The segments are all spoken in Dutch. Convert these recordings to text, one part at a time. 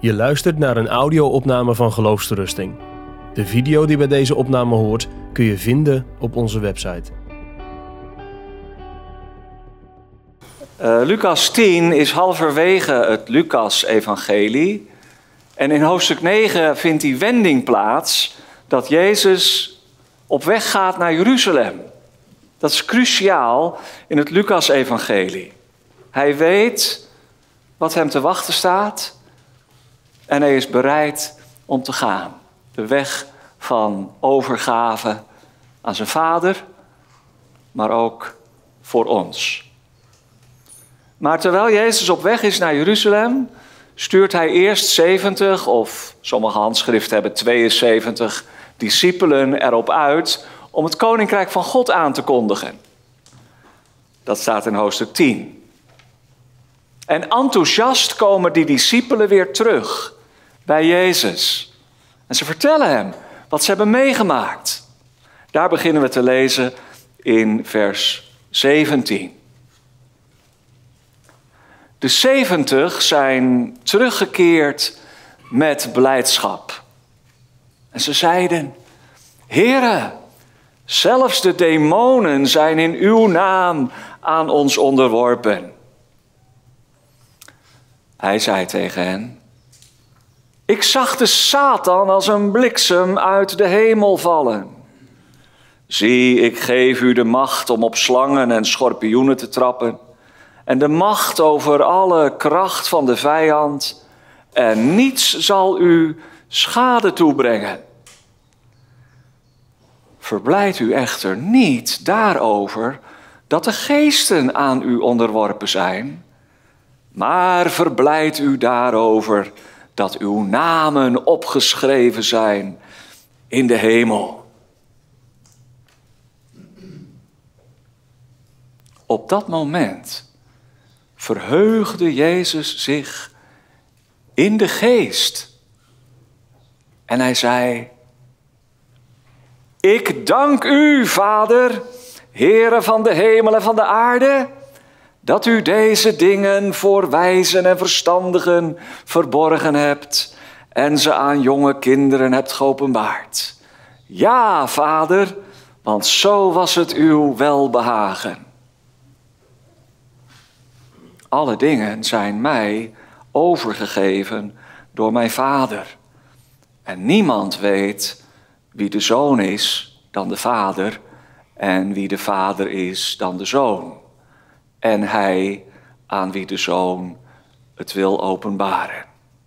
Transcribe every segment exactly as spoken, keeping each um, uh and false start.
Je luistert naar een audio-opname van Geloofsterusting. De video die bij deze opname hoort kun je vinden op onze website. Uh, Lucas tien is halverwege het Lucas-evangelie. En in hoofdstuk negen vindt die wending plaats dat Jezus op weg gaat naar Jeruzalem. Dat is cruciaal in het Lucas-evangelie. Hij weet wat hem te wachten staat en hij is bereid om te gaan. De weg van overgave aan zijn vader, maar ook voor ons. Maar terwijl Jezus op weg is naar Jeruzalem, stuurt hij eerst zeventig, of sommige handschriften hebben tweeënzeventig discipelen erop uit om het koninkrijk van God aan te kondigen. Dat staat in hoofdstuk tien. En enthousiast komen die discipelen weer terug bij Jezus. En ze vertellen hem wat ze hebben meegemaakt. Daar beginnen we te lezen in vers zeventien. De zeventig zijn teruggekeerd met blijdschap. En ze zeiden: Heere, zelfs de demonen zijn in uw naam aan ons onderworpen. Hij zei tegen hen: Ik zag de Satan als een bliksem uit de hemel vallen. Zie, ik geef u de macht om op slangen en schorpioenen te trappen en de macht over alle kracht van de vijand, en niets zal u schade toebrengen. Verblijd u echter niet daarover dat de geesten aan u onderworpen zijn, maar verblijd u daarover dat uw namen opgeschreven zijn in de hemel. Op dat moment verheugde Jezus zich in de geest. En hij zei: Ik dank u, Vader, Heere van de hemel en van de aarde, dat u deze dingen voor wijzen en verstandigen verborgen hebt en ze aan jonge kinderen hebt geopenbaard. Ja, Vader, want zo was het uw welbehagen. Alle dingen zijn mij overgegeven door mijn Vader. En niemand weet wie de Zoon is dan de Vader, en wie de Vader is dan de Zoon. En hij aan wie de Zoon het wil openbaren.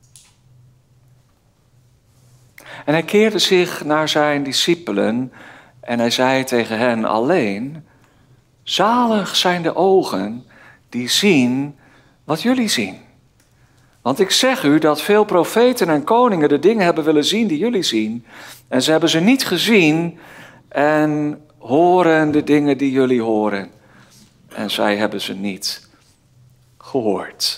En hij keerde zich naar zijn discipelen en hij zei tegen hen alleen: Zalig zijn de ogen die zien wat jullie zien. Want ik zeg u dat veel profeten en koningen de dingen hebben willen zien die jullie zien. En ze hebben ze niet gezien en horen de dingen die jullie horen. En zij hebben ze niet gehoord.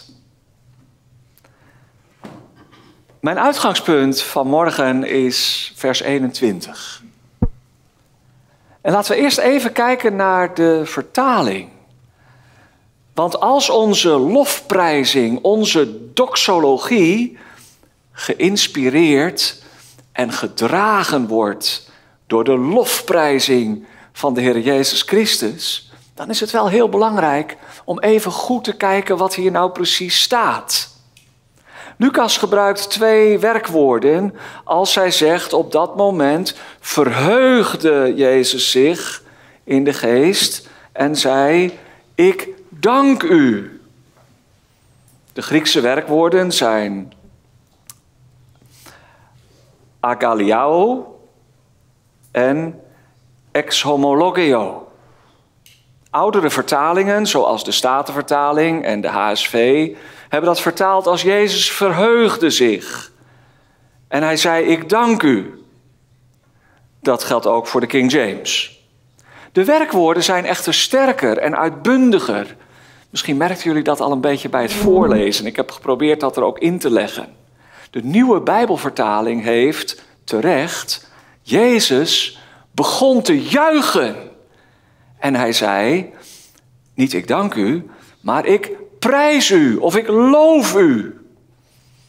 Mijn uitgangspunt van morgen is vers eenentwintig. En laten we eerst even kijken naar de vertaling. Want als onze lofprijzing, onze doxologie, geïnspireerd en gedragen wordt door de lofprijzing van de Heer Jezus Christus, dan is het wel heel belangrijk om even goed te kijken wat hier nou precies staat. Lucas gebruikt twee werkwoorden als hij zegt: op dat moment verheugde Jezus zich in de geest en zei: Ik dank u. De Griekse werkwoorden zijn agaliao en exhomologeo. Oudere vertalingen, zoals de Statenvertaling en de H S V, hebben dat vertaald als Jezus verheugde zich. En hij zei: Ik dank u. Dat geldt ook voor de King James. De werkwoorden zijn echter sterker en uitbundiger. Misschien merkten jullie dat al een beetje bij het voorlezen. Ik heb geprobeerd dat er ook in te leggen. De nieuwe Bijbelvertaling heeft terecht: Jezus begon te juichen. En hij zei: Niet ik dank u, maar ik prijs u of ik loof u.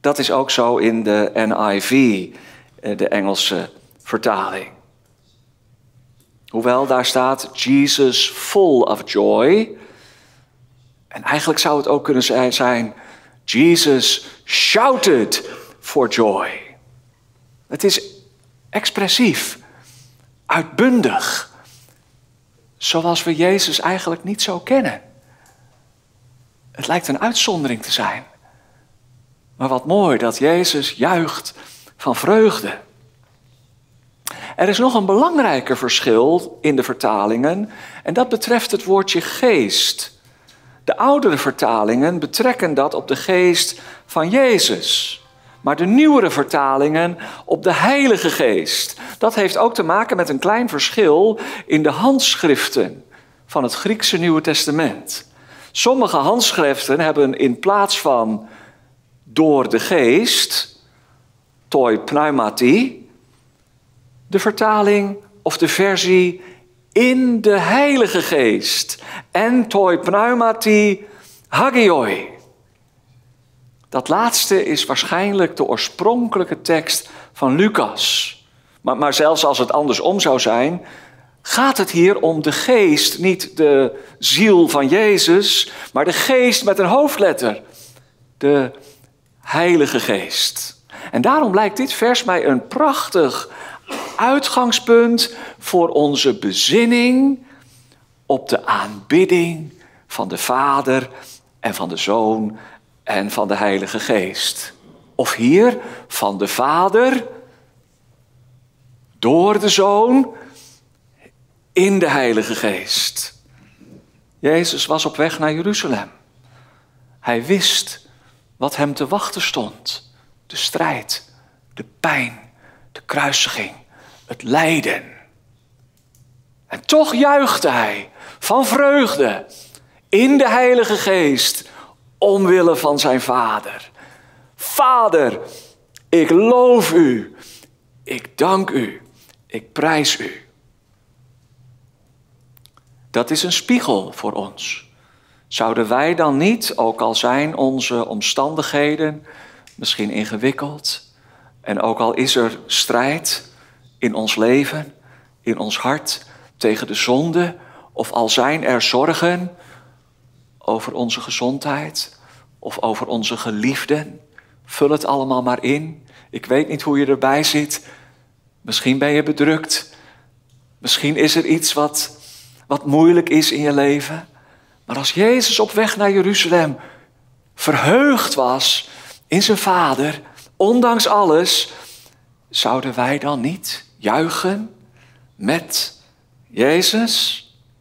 Dat is ook zo in de N I V, de Engelse vertaling. Hoewel daar staat Jesus full of joy. En eigenlijk zou het ook kunnen zijn Jesus shouted for joy. Het is expressief, uitbundig. Zoals we Jezus eigenlijk niet zo kennen. Het lijkt een uitzondering te zijn. Maar wat mooi dat Jezus juicht van vreugde. Er is nog een belangrijker verschil in de vertalingen en dat betreft het woordje geest. De oudere vertalingen betrekken dat op de geest van Jezus. Maar de nieuwere vertalingen op de Heilige Geest. Dat heeft ook te maken met een klein verschil in de handschriften van het Griekse Nieuwe Testament. Sommige handschriften hebben in plaats van door de geest, toi pneumati, de vertaling of de versie in de Heilige Geest. En toi pneumati hagioi. Dat laatste is waarschijnlijk de oorspronkelijke tekst van Lucas. Maar, maar zelfs als het andersom zou zijn, gaat het hier om de geest, niet de ziel van Jezus, maar de geest met een hoofdletter, de Heilige Geest. En daarom lijkt dit vers mij een prachtig uitgangspunt voor onze bezinning op de aanbidding van de Vader en van de Zoon en van de Heilige Geest. Of hier van de Vader door de Zoon in de Heilige Geest. Jezus was op weg naar Jeruzalem. Hij wist wat hem te wachten stond. De strijd, de pijn, de kruisiging, het lijden. En toch juichte hij van vreugde in de Heilige Geest omwille van zijn Vader. Vader, ik loof u, ik dank u, ik prijs u. Dat is een spiegel voor ons. Zouden wij dan niet, ook al zijn onze omstandigheden misschien ingewikkeld, en ook al is er strijd in ons leven, in ons hart tegen de zonde, of al zijn er zorgen over onze gezondheid of over onze geliefden, vul het allemaal maar in. Ik weet niet hoe je erbij zit. Misschien ben je bedrukt. Misschien is er iets wat, wat moeilijk is in je leven. Maar als Jezus op weg naar Jeruzalem verheugd was in zijn Vader, ondanks alles, zouden wij dan niet juichen met Jezus?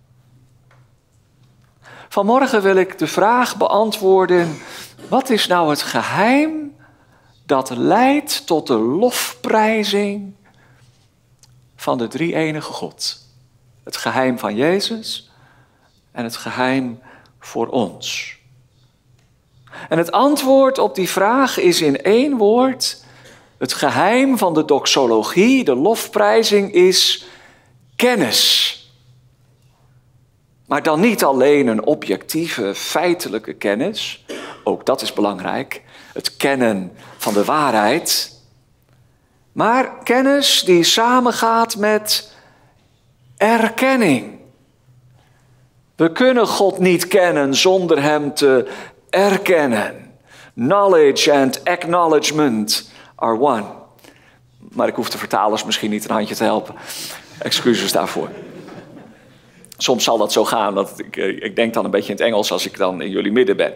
Vanmorgen wil ik de vraag beantwoorden: wat is nou het geheim dat leidt tot de lofprijzing van de drie-enige God? Het geheim van Jezus en het geheim voor ons. En het antwoord op die vraag is in één woord: het geheim van de doxologie, de lofprijzing, is kennis. Maar dan niet alleen een objectieve, feitelijke kennis. Ook dat is belangrijk. Het kennen van de waarheid. Maar kennis die samengaat met erkenning. We kunnen God niet kennen zonder hem te erkennen. Knowledge and acknowledgement are one. Maar ik hoef de vertalers misschien niet een handje te helpen. Excuses daarvoor. Soms zal dat zo gaan, dat ik, ik denk dan een beetje in het Engels als ik dan in jullie midden ben.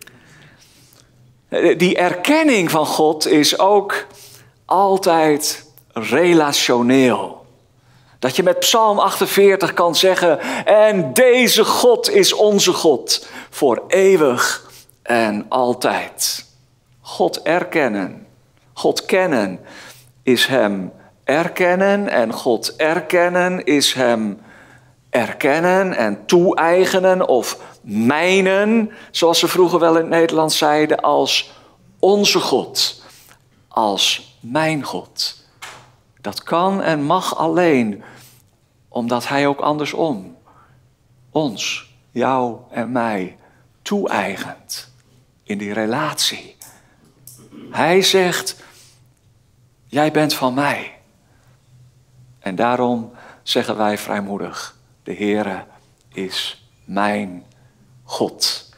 Die erkenning van God is ook altijd relationeel. Dat je met Psalm achtenveertig kan zeggen: en deze God is onze God voor eeuwig en altijd. God erkennen, God kennen is hem erkennen en God erkennen is hem erkennen en toe-eigenen of mijnen, zoals ze vroeger wel in het Nederlands zeiden, als onze God, als mijn God. Dat kan en mag alleen omdat hij ook andersom ons, jou en mij toe-eigent in die relatie Hij zegt, jij bent van mij. En daarom zeggen wij vrijmoedig, de Heere is mijn God.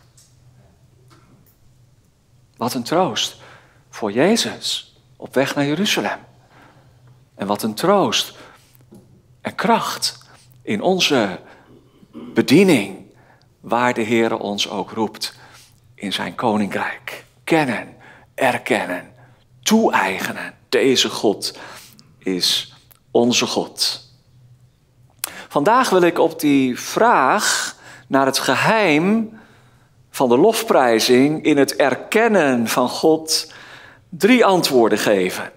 Wat een troost voor Jezus op weg naar Jeruzalem. En wat een troost en kracht in onze bediening, waar de Heere ons ook roept in zijn koninkrijk. Kennen, erkennen, toe-eigenen. Deze God is onze God. Vandaag wil ik op die vraag naar het geheim van de lofprijzing in het erkennen van God drie antwoorden geven.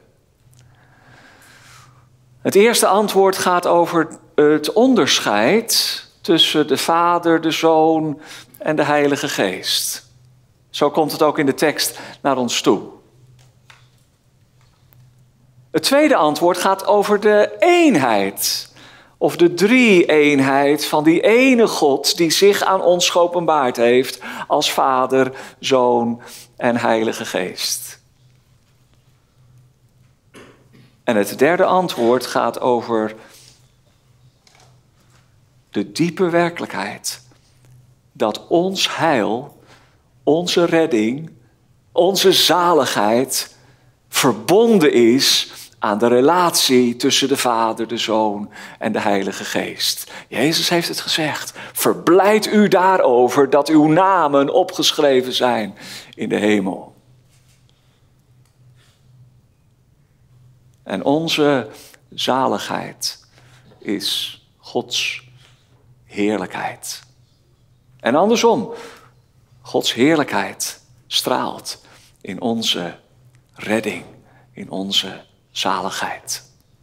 Het eerste antwoord gaat over het onderscheid tussen de Vader, de Zoon en de Heilige Geest. Zo komt het ook in de tekst naar ons toe. Het tweede antwoord gaat over de eenheid, of de drie-eenheid van die ene God die zich aan ons geopenbaard heeft als Vader, Zoon en Heilige Geest. En het derde antwoord gaat over de diepe werkelijkheid dat ons heil, onze redding, onze zaligheid verbonden is aan de relatie tussen de Vader, de Zoon en de Heilige Geest. Jezus heeft het gezegd. Verblijd u daarover dat uw namen opgeschreven zijn in de hemel. En onze zaligheid is Gods heerlijkheid. En andersom, Gods heerlijkheid straalt in onze redding, in onze zaligheid.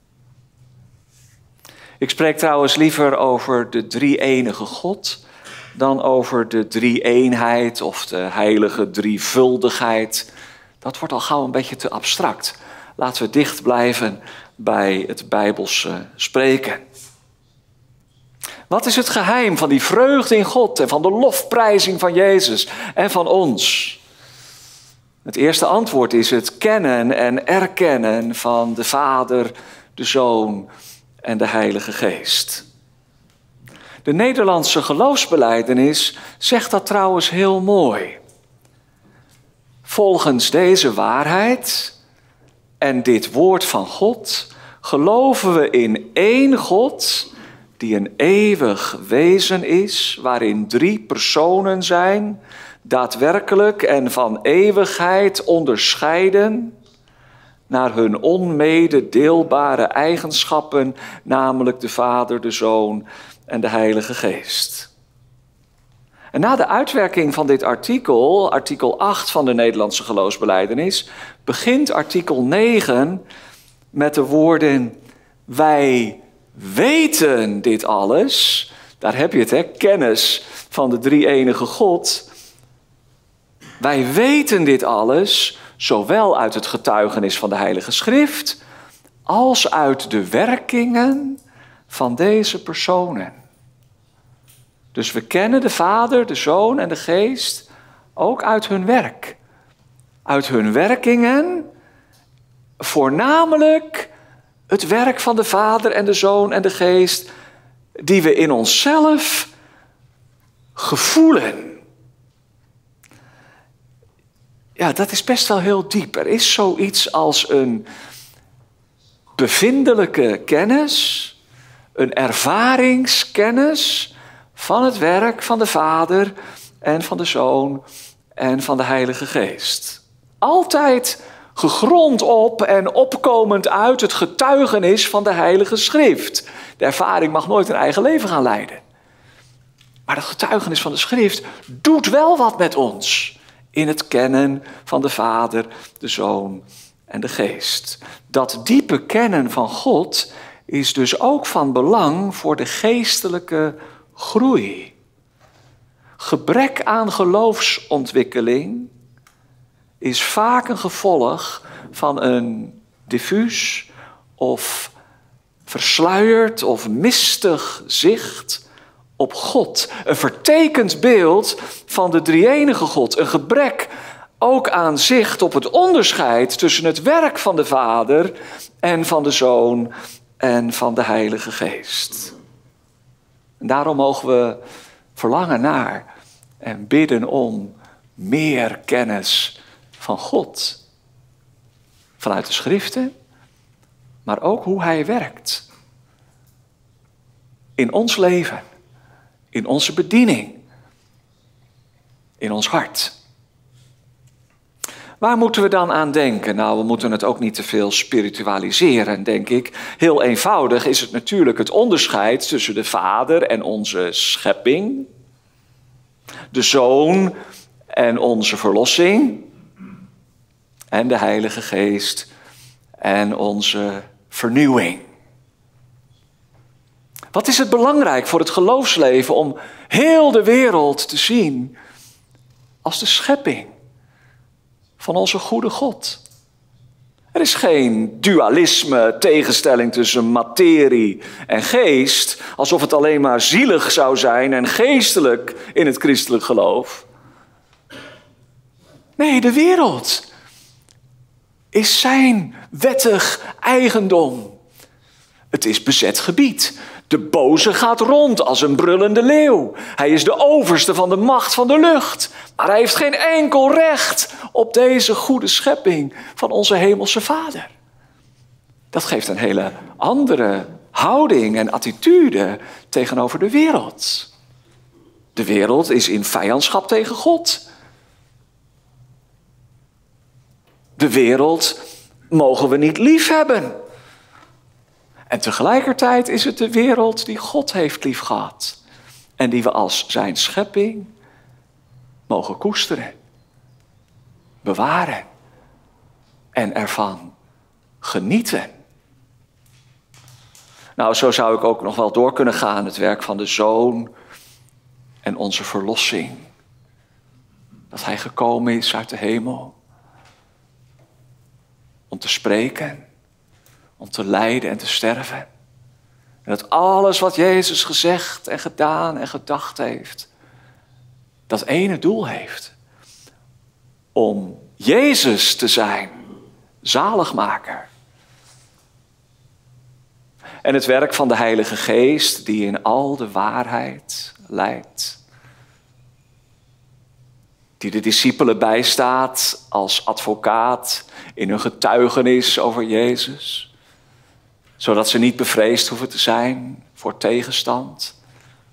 Ik spreek trouwens liever over de drie-enige God dan over de drie-eenheid of de heilige drievuldigheid. Dat wordt al gauw een beetje te abstract. Laten we dicht blijven bij het Bijbelse spreken. Wat is het geheim van die vreugde in God en van de lofprijzing van Jezus en van ons? Het eerste antwoord is het kennen en erkennen van de Vader, de Zoon en de Heilige Geest. De Nederlandse geloofsbelijdenis zegt dat trouwens heel mooi. Volgens deze waarheid en dit woord van God geloven we in één God die een eeuwig wezen is, waarin drie personen zijn, daadwerkelijk en van eeuwigheid onderscheiden naar hun onmededeelbare eigenschappen, namelijk de Vader, de Zoon en de Heilige Geest. En na de uitwerking van dit artikel, artikel acht van de Nederlandse geloofsbelijdenis, begint artikel negen met de woorden: wij weten dit alles. Daar heb je het, hè? Kennis van de drie-enige God. Wij weten dit alles, zowel uit het getuigenis van de Heilige Schrift als uit de werkingen van deze personen. Dus we kennen de Vader, de Zoon en de Geest ook uit hun werk. Uit hun werkingen, voornamelijk het werk van de Vader en de Zoon en de Geest, die we in onszelf gevoelen. Ja, dat is best wel heel diep. Er is zoiets als een bevindelijke kennis, een ervaringskennis van het werk van de Vader en van de Zoon en van de Heilige Geest. Altijd gegrond op en opkomend uit het getuigenis van de Heilige Schrift. De ervaring mag nooit een eigen leven gaan leiden. Maar het getuigenis van de Schrift doet wel wat met ons in het kennen van de Vader, de Zoon en de Geest. Dat diepe kennen van God is dus ook van belang voor de geestelijke groei. Gebrek aan geloofsontwikkeling is vaak een gevolg van een diffuus of versluierd of mistig zicht op God. Een vertekend beeld van de drie-enige God. Een gebrek ook aan zicht op het onderscheid tussen het werk van de Vader en van de Zoon en van de Heilige Geest. En daarom mogen we verlangen naar en bidden om meer kennis van God. Vanuit de Schriften, maar ook hoe Hij werkt. In ons leven, in onze bediening, in ons hart. Waar moeten we dan aan denken? Nou, we moeten het ook niet te veel spiritualiseren, denk ik. Heel eenvoudig is het natuurlijk het onderscheid tussen de Vader en onze schepping, de Zoon en onze verlossing, en de Heilige Geest en onze vernieuwing. Wat is het belangrijk voor het geloofsleven om heel de wereld te zien als de schepping van onze goede God? Er is geen dualisme, tegenstelling tussen materie en geest, alsof het alleen maar zielig zou zijn en geestelijk in het christelijk geloof. Nee, de wereld is zijn wettig eigendom. Het is bezet gebied. De boze gaat rond als een brullende leeuw. Hij is de overste van de macht van de lucht. Maar hij heeft geen enkel recht op deze goede schepping van onze hemelse Vader. Dat geeft een hele andere houding en attitude tegenover de wereld. De wereld is in vijandschap tegen God. De wereld mogen we niet lief hebben. En tegelijkertijd is het de wereld die God heeft liefgehad. En die we als zijn schepping mogen koesteren, bewaren en ervan genieten. Nou, zo zou ik ook nog wel door kunnen gaan. Het werk van de Zoon en onze verlossing. Dat hij gekomen is uit de hemel. Om te spreken, om te lijden en te sterven. En dat alles wat Jezus gezegd en gedaan en gedacht heeft, dat ene doel heeft. Om Jezus te zijn, zaligmaker. En het werk van de Heilige Geest die in al de waarheid leidt. Die de discipelen bijstaat als advocaat in hun getuigenis over Jezus. Zodat ze niet bevreesd hoeven te zijn voor tegenstand.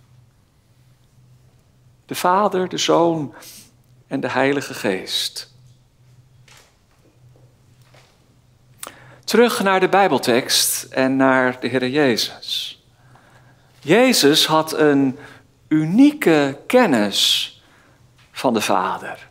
De Vader, de Zoon en de Heilige Geest. Terug naar de Bijbeltekst en naar de Heer Jezus. Jezus had een unieke kennis van de Vader.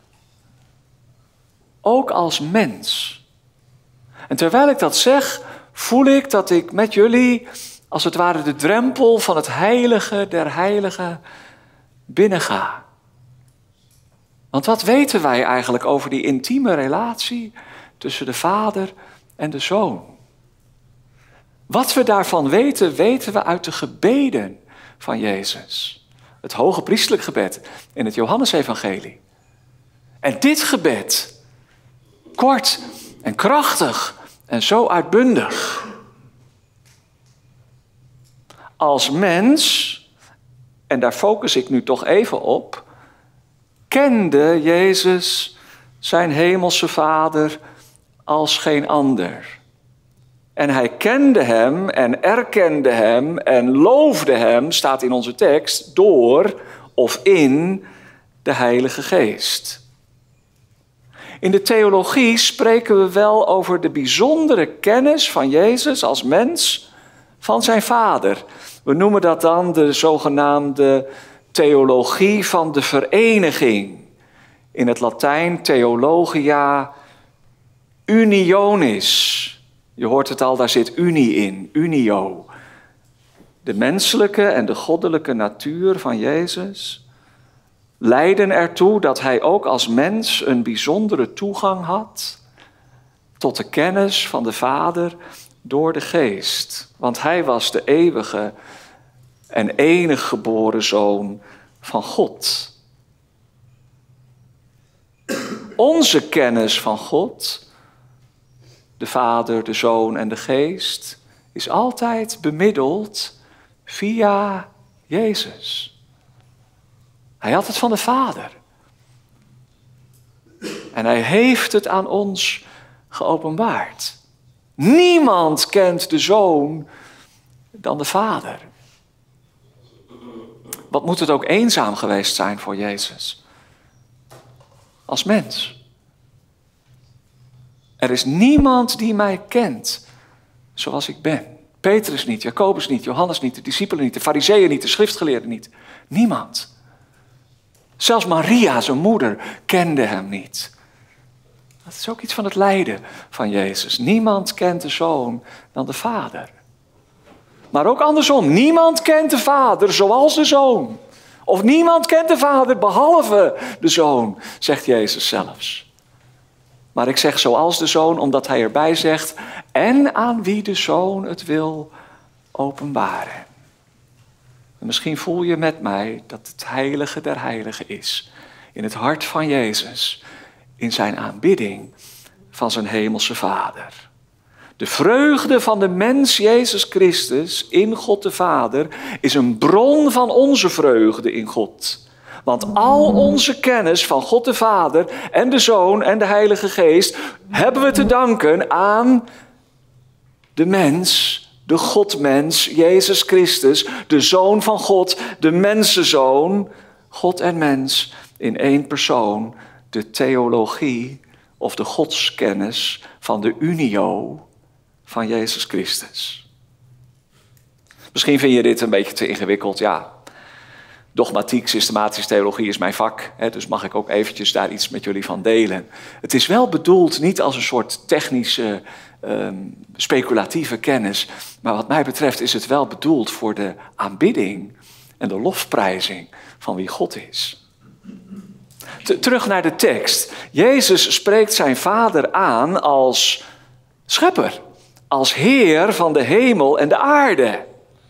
Ook als mens. En terwijl ik dat zeg, voel ik dat ik met jullie als het ware de drempel van het heilige der heiligen binnenga. Want wat weten wij eigenlijk over die intieme relatie tussen de Vader en de Zoon? Wat we daarvan weten, weten we uit de gebeden van Jezus. Het hoge priestelijk gebed in het Johannesevangelie. En dit gebed, kort en krachtig en zo uitbundig. Als mens, en daar focus ik nu toch even op, kende Jezus zijn hemelse Vader als geen ander. En hij kende hem en erkende hem en loofde hem, staat in onze tekst, door of in de Heilige Geest. In de theologie spreken we wel over de bijzondere kennis van Jezus als mens van zijn Vader. We noemen dat dan de zogenaamde theologie van de vereniging. In het Latijn theologia unionis. Je hoort het al, daar zit unie in, unio. De menselijke en de goddelijke natuur van Jezus leiden ertoe dat hij ook als mens een bijzondere toegang had tot de kennis van de Vader door de Geest. Want hij was de eeuwige en enig geboren Zoon van God. onze kennis van God, de Vader, de Zoon en de Geest, is altijd bemiddeld via Jezus. Hij had het van de Vader. En hij heeft het aan ons geopenbaard. Niemand kent de Zoon dan de Vader. Wat moet het ook eenzaam geweest zijn voor Jezus. Als mens. Er is niemand die mij kent zoals ik ben. Petrus niet, Jacobus niet, Johannes niet, de discipelen niet, de farizeeën niet, de schriftgeleerden niet. Niemand. Zelfs Maria, zijn moeder, kende hem niet. Dat is ook iets van het lijden van Jezus. Niemand kent de Zoon dan de Vader. Maar ook andersom. Niemand kent de Vader zoals de Zoon. Of niemand kent de Vader behalve de Zoon, zegt Jezus zelfs. Maar ik zeg zoals de Zoon, omdat hij erbij zegt, en aan wie de Zoon het wil openbaren. En misschien voel je met mij dat het heilige der heiligen is. In het hart van Jezus. In zijn aanbidding van zijn hemelse Vader. De vreugde van de mens Jezus Christus in God de Vader is een bron van onze vreugde in God. Want al onze kennis van God de Vader en de Zoon en de Heilige Geest hebben we te danken aan de mens, de Godmens, Jezus Christus, de Zoon van God, de mensenzoon, God en mens in één persoon, de theologie of de godskennis van de unio van Jezus Christus. Misschien vind je dit een beetje te ingewikkeld, ja. Dogmatiek, systematische theologie is mijn vak, hè, dus mag ik ook eventjes daar iets met jullie van delen. Het is wel bedoeld niet als een soort technische, um, speculatieve kennis, maar wat mij betreft is het wel bedoeld voor de aanbidding en de lofprijzing van wie God is. T- terug naar de tekst. Jezus spreekt zijn Vader aan als schepper, als Heer van de hemel en de aarde.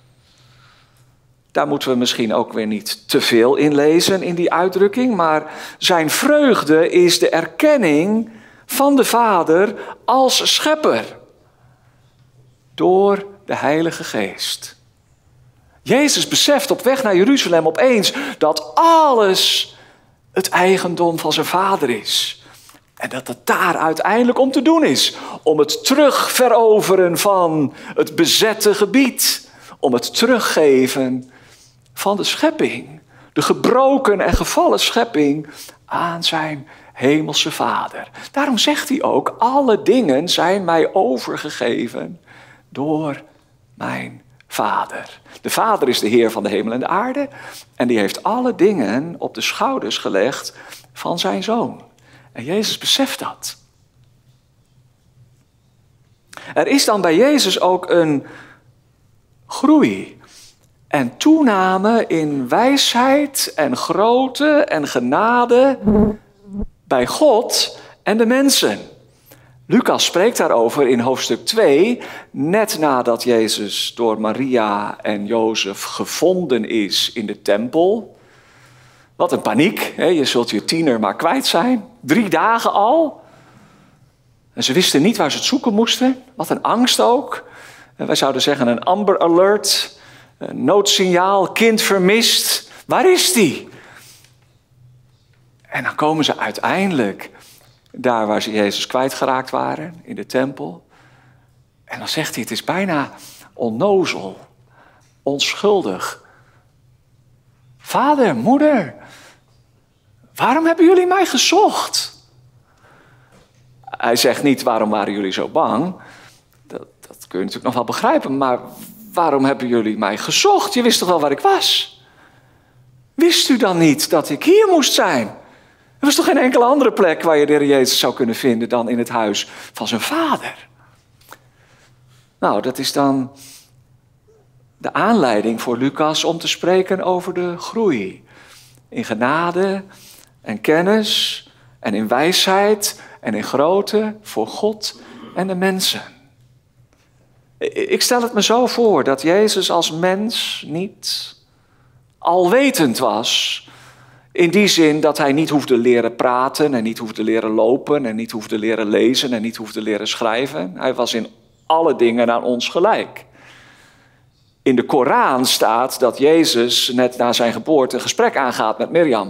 Daar moeten we misschien ook weer niet te veel in lezen in die uitdrukking, maar zijn vreugde is de erkenning van de Vader als schepper door de Heilige Geest. Jezus beseft op weg naar Jeruzalem opeens dat alles het eigendom van zijn Vader is. En dat het daar uiteindelijk om te doen is. Om het terugveroveren van het bezette gebied. Om het teruggeven van de schepping. De gebroken en gevallen schepping aan zijn hemelse Vader. Daarom zegt hij ook, alle dingen zijn mij overgegeven door mijn Vader. De Vader is de Heer van de hemel en de aarde. En die heeft alle dingen op de schouders gelegd van zijn Zoon. En Jezus beseft dat. Er is dan bij Jezus ook een groei en toename in wijsheid en grootte en genade bij God en de mensen. Lucas spreekt daarover in hoofdstuk twee, net nadat Jezus door Maria en Jozef gevonden is in de tempel. Wat een paniek, hè? Je zult je tiener maar kwijt zijn. Drie dagen al. En ze wisten niet waar ze het zoeken moesten. Wat een angst ook. En wij zouden zeggen een Amber Alert, een noodsignaal, kind vermist. Waar is die? En dan komen ze uiteindelijk daar waar ze Jezus kwijtgeraakt waren, in de tempel. En dan zegt hij, het is bijna onnozel, onschuldig. Vader, moeder, waarom hebben jullie mij gezocht? Hij zegt niet, waarom waren jullie zo bang? Dat, dat kun je natuurlijk nog wel begrijpen, maar waarom hebben jullie mij gezocht? Je wist toch wel waar ik was? Wist u dan niet dat ik hier moest zijn? Er was toch geen enkele andere plek waar je de Heer Jezus zou kunnen vinden dan in het huis van zijn Vader? Nou, dat is dan de aanleiding voor Lucas om te spreken over de groei. In genade en kennis en in wijsheid en in grootte voor God en de mensen. Ik stel het me zo voor dat Jezus als mens niet alwetend was In die zin dat hij niet hoefde leren praten en niet hoefde leren lopen en niet hoefde leren lezen en niet hoefde leren schrijven. Hij was in alle dingen aan ons gelijk. In de Koran staat dat Jezus net na zijn geboorte een gesprek aangaat met Mirjam.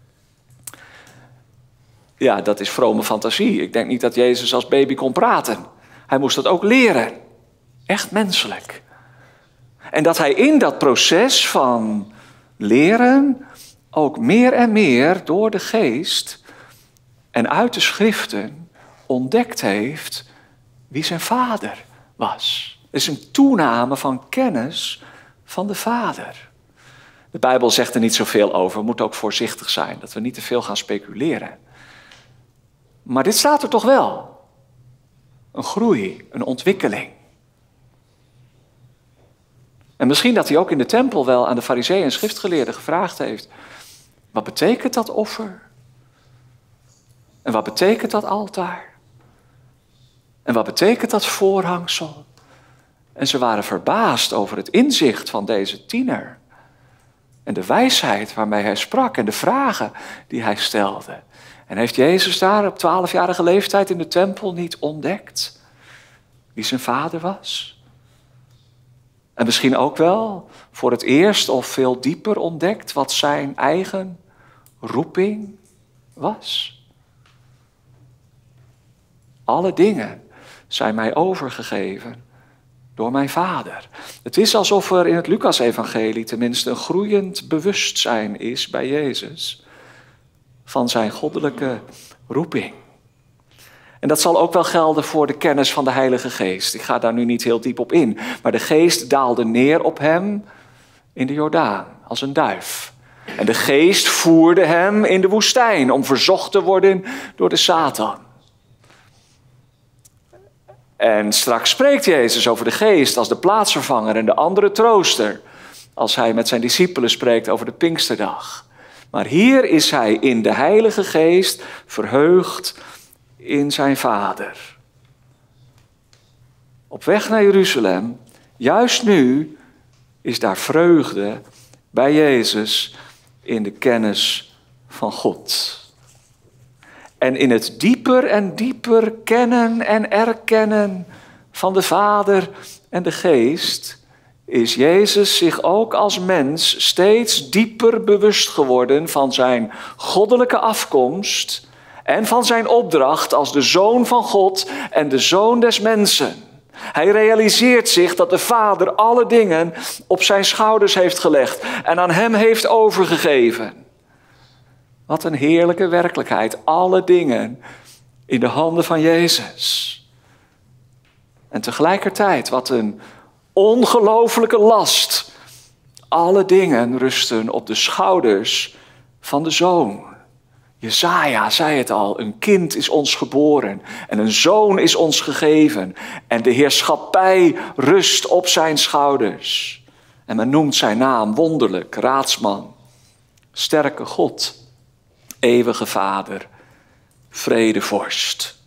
Ja, dat is vrome fantasie. Ik denk niet dat Jezus als baby kon praten. Hij moest dat ook leren. Echt menselijk. En dat hij in dat proces van leren ook meer en meer door de geest en uit de schriften ontdekt heeft wie zijn vader was. Het is een toename van kennis van de Vader. De Bijbel zegt er niet zoveel over. We moeten ook voorzichtig zijn, dat we niet te veel gaan speculeren. Maar dit staat er toch wel. Een groei, een ontwikkeling. En misschien dat hij ook in de tempel wel aan de farizeeën en schriftgeleerden gevraagd heeft: wat betekent dat offer? En wat betekent dat altaar? En wat betekent dat voorhangsel? En ze waren verbaasd over het inzicht van deze tiener. En de wijsheid waarmee hij sprak en de vragen die hij stelde. En heeft Jezus daar op twaalfjarige leeftijd in de tempel niet ontdekt wie zijn vader was? En misschien ook wel voor het eerst of veel dieper ontdekt wat zijn eigen roeping was? Alle dingen zijn mij overgegeven door mijn Vader. Het is alsof er in het Lucas-evangelie tenminste een groeiend bewustzijn is bij Jezus van zijn goddelijke roeping. En dat zal ook wel gelden voor de kennis van de Heilige Geest. Ik ga daar nu niet heel diep op in. Maar de Geest daalde neer op hem in de Jordaan als een duif. En de Geest voerde hem in de woestijn om verzocht te worden door de Satan. En straks spreekt Jezus over de Geest als de plaatsvervanger en de andere trooster, als hij met zijn discipelen spreekt over de Pinksterdag. Maar hier is hij in de Heilige Geest verheugd in zijn Vader. Op weg naar Jeruzalem, juist nu, is daar vreugde bij Jezus in de kennis van God. En in het dieper en dieper kennen en erkennen van de Vader en de Geest is Jezus zich ook als mens steeds dieper bewust geworden van zijn goddelijke afkomst en van zijn opdracht als de Zoon van God en de Zoon des mensen. Hij realiseert zich dat de Vader alle dingen op zijn schouders heeft gelegd en aan hem heeft overgegeven. Wat een heerlijke werkelijkheid. Alle dingen in de handen van Jezus. En tegelijkertijd, wat een ongelooflijke last. Alle dingen rusten op de schouders van de Zoon. Jesaja zei het al, een kind is ons geboren en een zoon is ons gegeven. En de heerschappij rust op zijn schouders. En men noemt zijn naam wonderlijk, raadsman, sterke God, eeuwige Vader, vredevorst.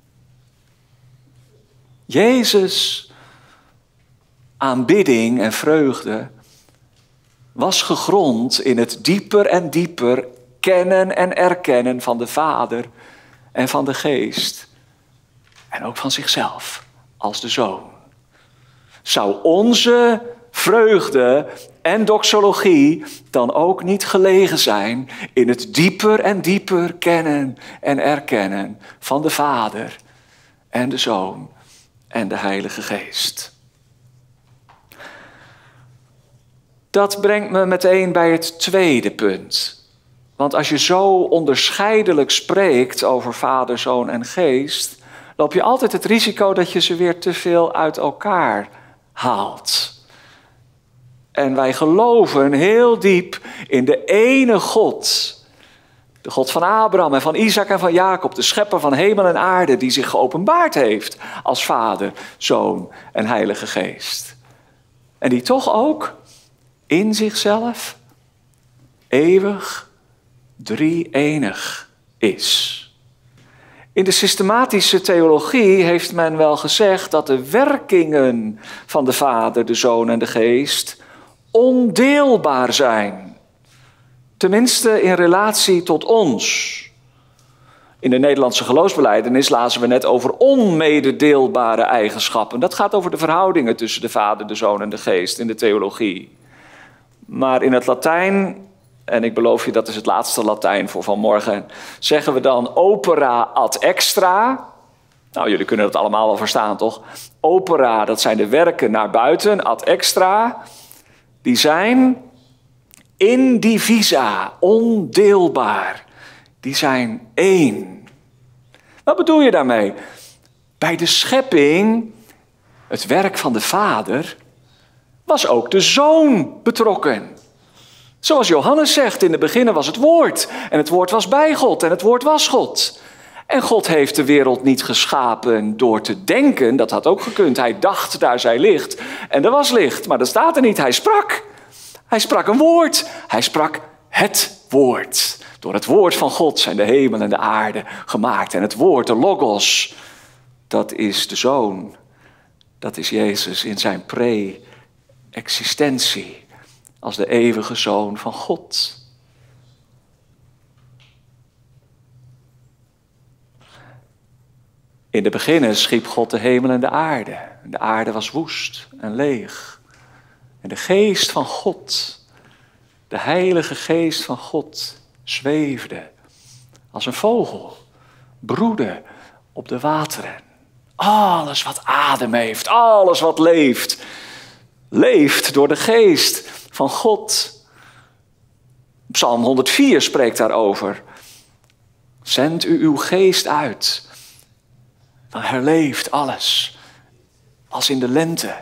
Jezus' aanbidding en vreugde was gegrond in het dieper en dieper kennen en erkennen van de Vader en van de Geest. En ook van zichzelf als de Zoon. Zou onze vreugde en doxologie dan ook niet gelegen zijn in het dieper en dieper kennen en erkennen van de Vader en de Zoon en de Heilige Geest? Dat brengt me meteen bij het tweede punt. Want als je zo onderscheidelijk spreekt over Vader, Zoon en Geest, loop je altijd het risico dat je ze weer te veel uit elkaar haalt. En wij geloven heel diep in de ene God. De God van Abraham en van Isaac en van Jacob, de schepper van hemel en aarde, die zich geopenbaard heeft als Vader, Zoon en Heilige Geest. En die toch ook in zichzelf eeuwig drie-enig is. In de systematische theologie heeft men wel gezegd dat de werkingen van de Vader, de Zoon en de Geest ondeelbaar zijn. Tenminste in relatie tot ons. In de Nederlandse geloofsbelijdenis lazen we net over onmededeelbare eigenschappen. Dat gaat over de verhoudingen tussen de Vader, de Zoon en de Geest in de theologie. Maar in het Latijn, en ik beloof je dat is het laatste Latijn voor vanmorgen, zeggen we dan opera ad extra. Nou, jullie kunnen dat allemaal wel verstaan, toch? Opera, dat zijn de werken naar buiten, ad extra. Die zijn indivisa, ondeelbaar. Die zijn één. Wat bedoel je daarmee? Bij de schepping, het werk van de Vader, was ook de Zoon betrokken. Zoals Johannes zegt, in het begin was het woord. En het woord was bij God en het woord was God. En God heeft de wereld niet geschapen door te denken. Dat had ook gekund. Hij dacht, daar zij licht. En er was licht, maar dat staat er niet. Hij sprak. Hij sprak een woord. Hij sprak het woord. Door het woord van God zijn de hemel en de aarde gemaakt. En het woord, de logos, dat is de Zoon. Dat is Jezus in zijn pre-existentie. Als de eeuwige Zoon van God. In de beginnen schiep God de hemel en de aarde. De aarde was woest en leeg. En de geest van God, de heilige geest van God, zweefde als een vogel, broedde op de wateren. Alles wat adem heeft, alles wat leeft, leeft door de geest van God. Psalm honderdvier spreekt daarover. Zend u uw geest uit, dan herleeft alles als in de lente.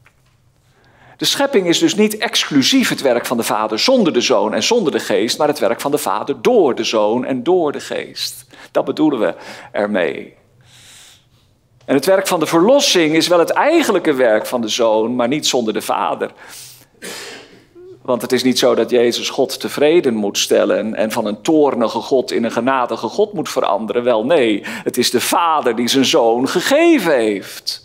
De schepping is dus niet exclusief het werk van de Vader zonder de Zoon en zonder de Geest, maar het werk van de Vader door de Zoon en door de Geest. Dat bedoelen we ermee. En het werk van de verlossing is wel het eigenlijke werk van de Zoon, maar niet zonder de Vader. Want het is niet zo dat Jezus God tevreden moet stellen en van een toornige God in een genadige God moet veranderen. Wel nee, het is de Vader die zijn Zoon gegeven heeft.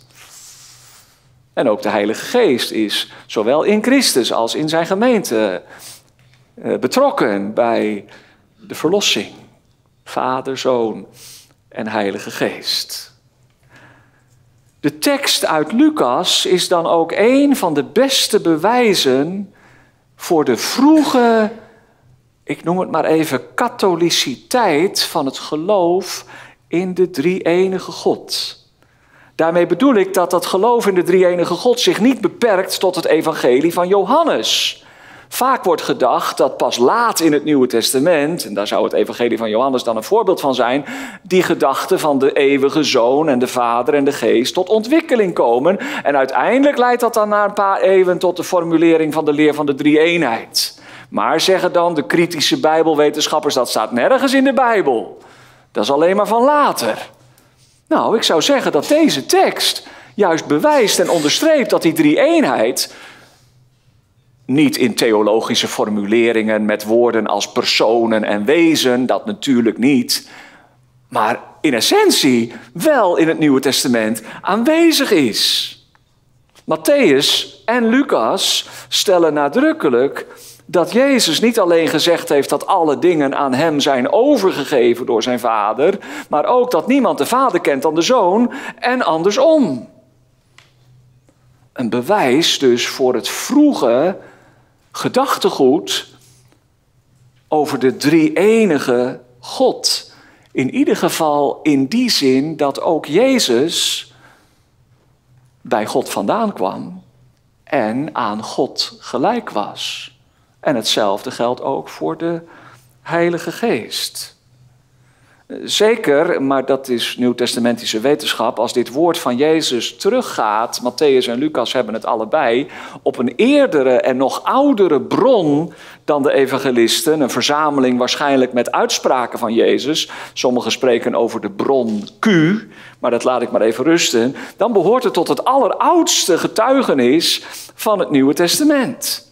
En ook de Heilige Geest is zowel in Christus als in zijn gemeente betrokken bij de verlossing. Vader, Zoon en Heilige Geest. De tekst uit Lucas is dan ook een van de beste bewijzen voor de vroege, ik noem het maar even, katholiciteit van het geloof in de drie-enige God. Daarmee bedoel ik dat dat geloof in de drie-enige God zich niet beperkt tot het evangelie van Johannes. Vaak wordt gedacht dat pas laat in het Nieuwe Testament, en daar zou het evangelie van Johannes dan een voorbeeld van zijn, die gedachten van de eeuwige Zoon en de Vader en de Geest tot ontwikkeling komen. En uiteindelijk leidt dat dan na een paar eeuwen tot de formulering van de leer van de drie-eenheid. Maar zeggen dan de kritische Bijbelwetenschappers, dat staat nergens in de Bijbel. Dat is alleen maar van later. Nou, ik zou zeggen dat deze tekst juist bewijst en onderstreept dat die drie-eenheid niet in theologische formuleringen met woorden als personen en wezen, dat natuurlijk niet, maar in essentie wel in het Nieuwe Testament aanwezig is. Mattheüs en Lucas stellen nadrukkelijk dat Jezus niet alleen gezegd heeft dat alle dingen aan hem zijn overgegeven door zijn Vader, maar ook dat niemand de Vader kent dan de Zoon en andersom. Een bewijs dus voor het vroege gedachtegoed over de drie-enige God. In ieder geval in die zin dat ook Jezus bij God vandaan kwam en aan God gelijk was. En hetzelfde geldt ook voor de Heilige Geest. Zeker, maar dat is nieuwtestamentische wetenschap, als dit woord van Jezus teruggaat, Mattheüs en Lucas hebben het allebei, op een eerdere en nog oudere bron dan de evangelisten, een verzameling waarschijnlijk met uitspraken van Jezus, sommigen spreken over de bron Q, maar dat laat ik maar even rusten, dan behoort het tot het alleroudste getuigenis van het Nieuwe Testament.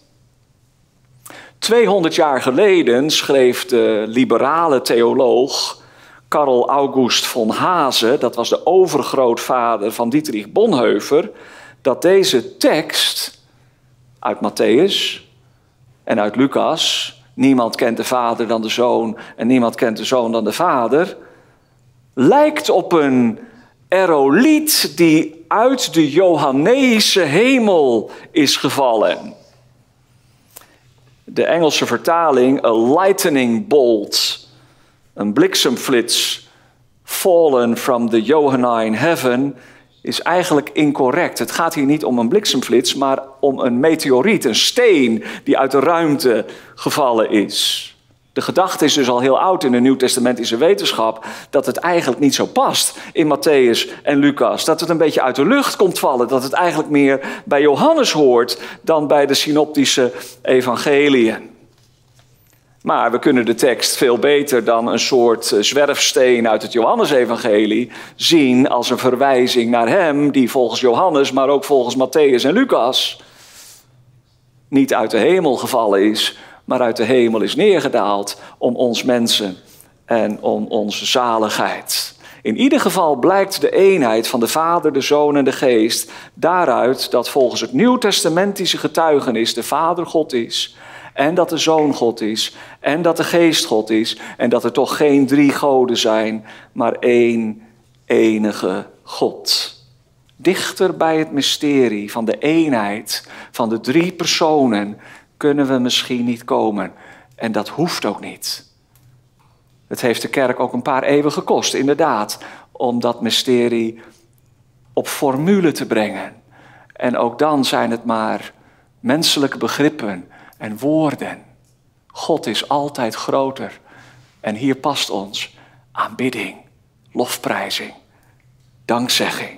tweehonderd jaar geleden schreef de liberale theoloog Karl August von Hase, dat was de overgrootvader van Dietrich Bonhoeffer, dat deze tekst uit Mattheüs en uit Lucas niemand kent de Vader dan de Zoon en niemand kent de Zoon dan de Vader, lijkt op een aeroliet die uit de Johannese hemel is gevallen. De Engelse vertaling, a lightning bolt, een bliksemflits, fallen from the Johannine heaven, is eigenlijk incorrect. Het gaat hier niet om een bliksemflits, maar om een meteoriet, een steen die uit de ruimte gevallen is. De gedachte is dus al heel oud in de nieuwtestamentische wetenschap dat het eigenlijk niet zo past in Matthäus en Lucas. Dat het een beetje uit de lucht komt vallen, dat het eigenlijk meer bij Johannes hoort dan bij de synoptische evangeliën. Maar we kunnen de tekst veel beter dan een soort zwerfsteen uit het Johannesevangelie zien als een verwijzing naar hem die volgens Johannes, maar ook volgens Matthäus en Lucas niet uit de hemel gevallen is, maar uit de hemel is neergedaald om ons mensen en om onze zaligheid. In ieder geval blijkt de eenheid van de Vader, de Zoon en de Geest daaruit dat volgens het nieuwtestamentische getuigenis de Vader God is en dat de Zoon God is en dat de Geest God is en dat er toch geen drie goden zijn, maar één enige God. Dichter bij het mysterie van de eenheid van de drie personen kunnen we misschien niet komen. En dat hoeft ook niet. Het heeft de kerk ook een paar eeuwen gekost, inderdaad, om dat mysterie op formule te brengen. En ook dan zijn het maar menselijke begrippen en woorden. God is altijd groter. En hier past ons aanbidding, lofprijzing, dankzegging.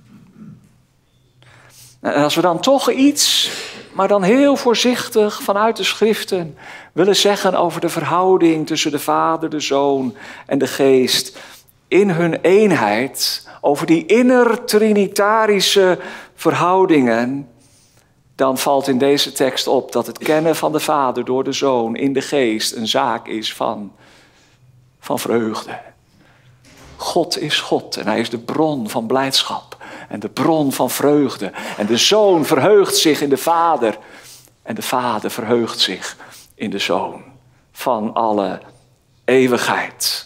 En als we dan toch iets, maar dan heel voorzichtig vanuit de schriften willen zeggen over de verhouding tussen de Vader, de Zoon en de Geest in hun eenheid, over die inner-trinitarische verhoudingen, dan valt in deze tekst op dat het kennen van de Vader door de Zoon in de Geest een zaak is van, van vreugde. God is God en hij is de bron van blijdschap en de bron van vreugde. En de Zoon verheugt zich in de Vader en de Vader verheugt zich in de Zoon van alle eeuwigheid.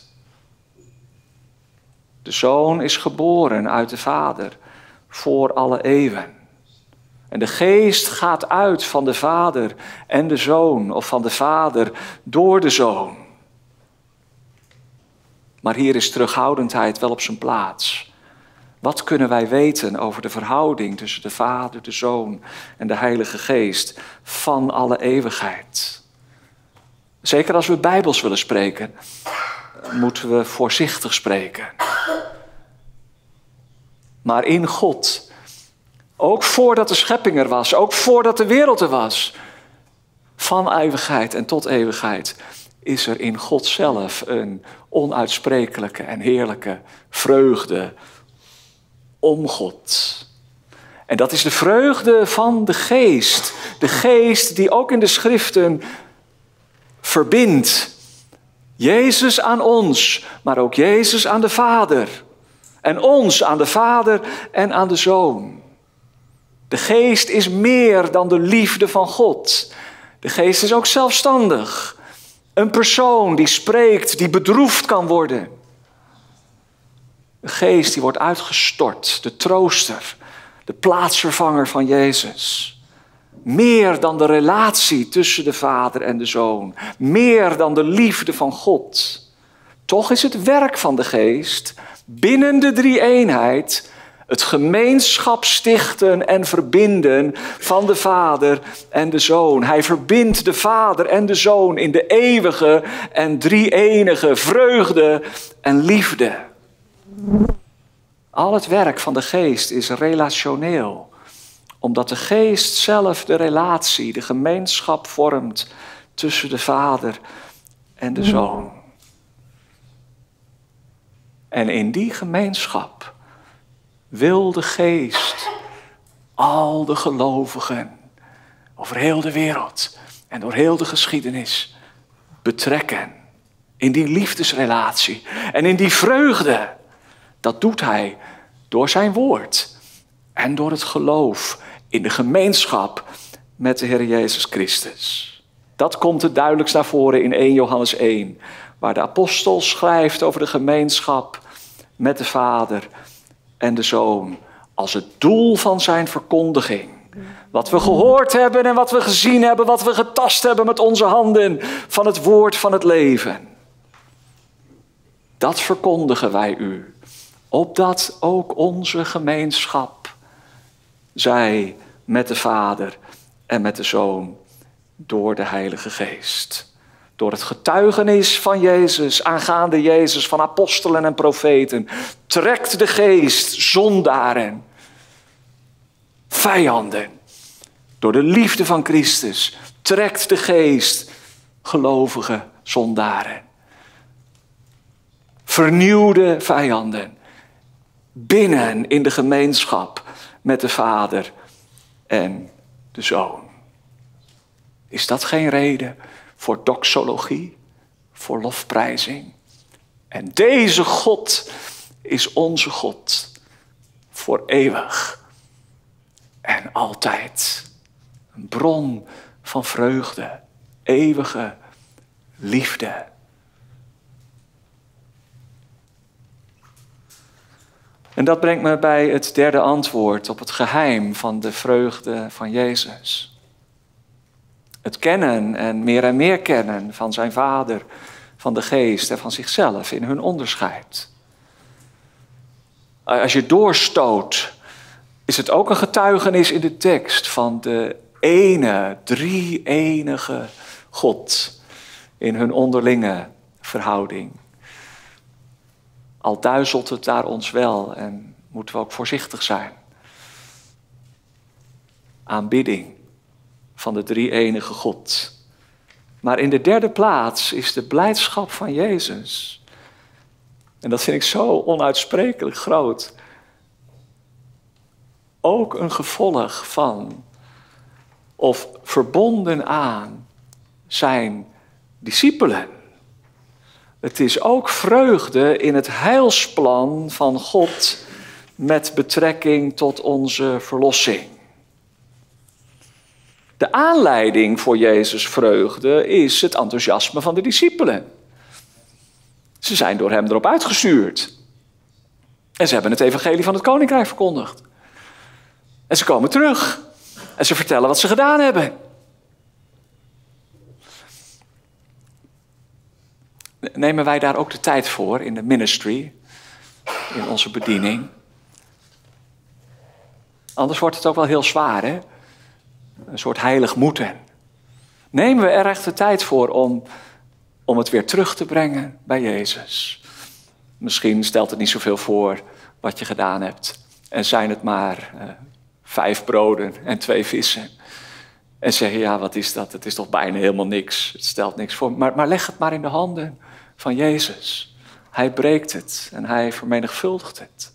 De Zoon is geboren uit de Vader voor alle eeuwen. En de Geest gaat uit van de Vader en de Zoon, of van de Vader door de Zoon. Maar hier is terughoudendheid wel op zijn plaats. Wat kunnen wij weten over de verhouding tussen de Vader, de Zoon en de Heilige Geest van alle eeuwigheid? Zeker als we bijbels willen spreken, moeten we voorzichtig spreken. Maar in God, ook voordat de schepping er was, ook voordat de wereld er was, van eeuwigheid en tot eeuwigheid, is er in God zelf een onuitsprekelijke en heerlijke vreugde om God. En dat is de vreugde van de Geest. De Geest die ook in de Schriften verbindt. Jezus aan ons, maar ook Jezus aan de Vader. En ons aan de Vader en aan de Zoon. De Geest is meer dan de liefde van God. De Geest is ook zelfstandig. Een persoon die spreekt, die bedroefd kan worden. De Geest die wordt uitgestort, de trooster, de plaatsvervanger van Jezus. Meer dan de relatie tussen de Vader en de Zoon. Meer dan de liefde van God. Toch is het werk van de Geest binnen de drie-eenheid het gemeenschap stichten en verbinden van de Vader en de Zoon. Hij verbindt de Vader en de Zoon in de eeuwige en drie-enige vreugde en liefde. Al het werk van de Geest is relationeel, omdat de Geest zelf de relatie, de gemeenschap vormt tussen de Vader en de Zoon. En in die gemeenschap wil de Geest al de gelovigen over heel de wereld en door heel de geschiedenis betrekken. In die liefdesrelatie en in die vreugde. Dat doet hij door zijn woord en door het geloof in de gemeenschap met de Heer Jezus Christus. Dat komt het duidelijkst naar voren in eerste Johannes één. Waar de apostel schrijft over de gemeenschap met de Vader en de Zoon. Als het doel van zijn verkondiging. Wat we gehoord hebben en wat we gezien hebben. Wat we getast hebben met onze handen van het woord van het leven. Dat verkondigen wij u. Opdat ook onze gemeenschap zij met de Vader en met de Zoon door de Heilige Geest. Door het getuigenis van Jezus, aangaande Jezus, van apostelen en profeten, trekt de Geest zondaren, vijanden. Door de liefde van Christus trekt de Geest gelovige zondaren. Vernieuwde vijanden binnen in de gemeenschap met de Vader en de Zoon. Is dat geen reden voor doxologie, voor lofprijzing? En deze God is onze God voor eeuwig en altijd. Een bron van vreugde, eeuwige liefde. En dat brengt me bij het derde antwoord op het geheim van de vreugde van Jezus. Het kennen en meer en meer kennen van zijn Vader, van de Geest en van zichzelf in hun onderscheid. Als je doorstoot, is het ook een getuigenis in de tekst van de ene, drie-enige God in hun onderlinge verhouding. Al duizelt het daar ons wel en moeten we ook voorzichtig zijn. Aanbidding van de drie-enige God. Maar in de derde plaats is de blijdschap van Jezus. En dat vind ik zo onuitsprekelijk groot. Ook een gevolg van of verbonden aan zijn discipelen. Het is ook vreugde in het heilsplan van God met betrekking tot onze verlossing. De aanleiding voor Jezus' vreugde is het enthousiasme van de discipelen. Ze zijn door hem erop uitgestuurd. En ze hebben het evangelie van het koninkrijk verkondigd. En ze komen terug. En ze vertellen wat ze gedaan hebben. Nemen wij daar ook de tijd voor in de ministry, in onze bediening? Anders wordt het ook wel heel zwaar, hè? Een soort heilig moeten. Nemen we er echt de tijd voor om, om het weer terug te brengen bij Jezus? Misschien stelt het niet zoveel voor wat je gedaan hebt. En zijn het maar uh, vijf broden en twee vissen. En zeggen, ja, wat is dat? Het is toch bijna helemaal niks. Het stelt niks voor. Maar, maar leg het maar in de handen van Jezus. Hij breekt het en hij vermenigvuldigt het.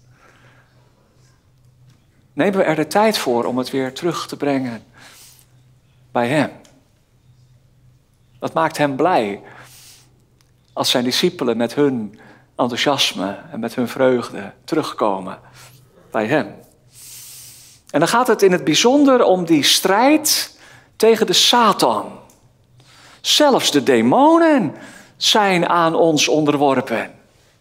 Nemen we er de tijd voor om het weer terug te brengen bij hem. Dat maakt hem blij als zijn discipelen met hun enthousiasme en met hun vreugde terugkomen bij hem. En dan gaat het in het bijzonder om die strijd tegen de Satan. Zelfs de demonen zijn aan ons onderworpen.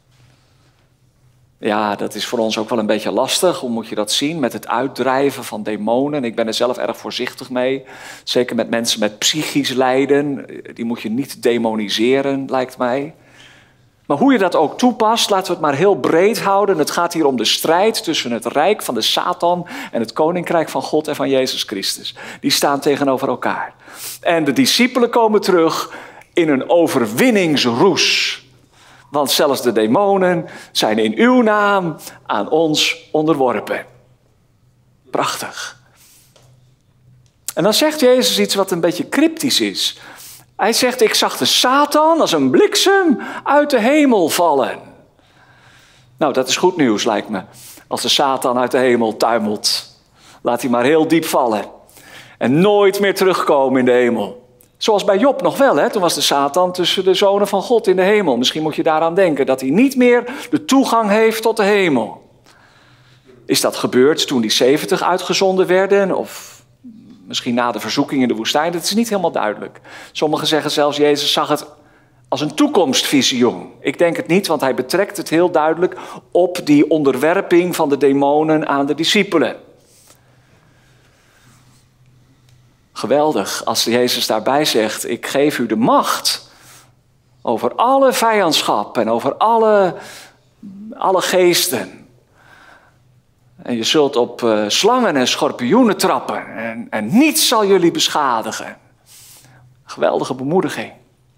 Ja, dat is voor ons ook wel een beetje lastig. Hoe moet je dat zien met het uitdrijven van demonen? Ik ben er zelf erg voorzichtig mee. Zeker met mensen met psychisch lijden. Die moet je niet demoniseren, lijkt mij. Maar hoe je dat ook toepast, laten we het maar heel breed houden. Het gaat hier om de strijd tussen het rijk van de Satan en het koninkrijk van God en van Jezus Christus. Die staan tegenover elkaar. En de discipelen komen terug in een overwinningsroes. Want zelfs de demonen zijn in uw naam aan ons onderworpen. Prachtig. En dan zegt Jezus iets wat een beetje cryptisch is. Hij zegt, ik zag de Satan als een bliksem uit de hemel vallen. Nou, dat is goed nieuws, lijkt me. Als de Satan uit de hemel tuimelt, laat hij maar heel diep vallen. En nooit meer terugkomen in de hemel. Zoals bij Job nog wel, hè? Toen was de Satan tussen de zonen van God in de hemel. Misschien moet je daaraan denken, dat hij niet meer de toegang heeft tot de hemel. Is dat gebeurd toen die zeventig uitgezonden werden? Of misschien na de verzoeking in de woestijn. Dat is niet helemaal duidelijk. Sommigen zeggen zelfs, Jezus zag het als een toekomstvisioen. Ik denk het niet, want hij betrekt het heel duidelijk op die onderwerping van de demonen aan de discipelen. Geweldig als Jezus daarbij zegt, ik geef u de macht over alle vijandschap en over alle, alle geesten. En je zult op uh, slangen en schorpioenen trappen en, en niets zal jullie beschadigen. Geweldige bemoediging.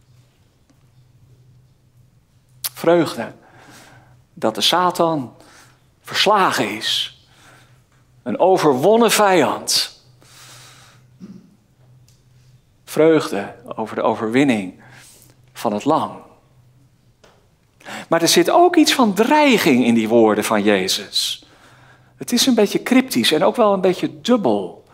Vreugde dat de Satan verslagen is. Een overwonnen vijand. Vreugde over de overwinning van het lam. Maar er zit ook iets van dreiging in die woorden van Jezus. Het is een beetje cryptisch en ook wel een beetje dubbel.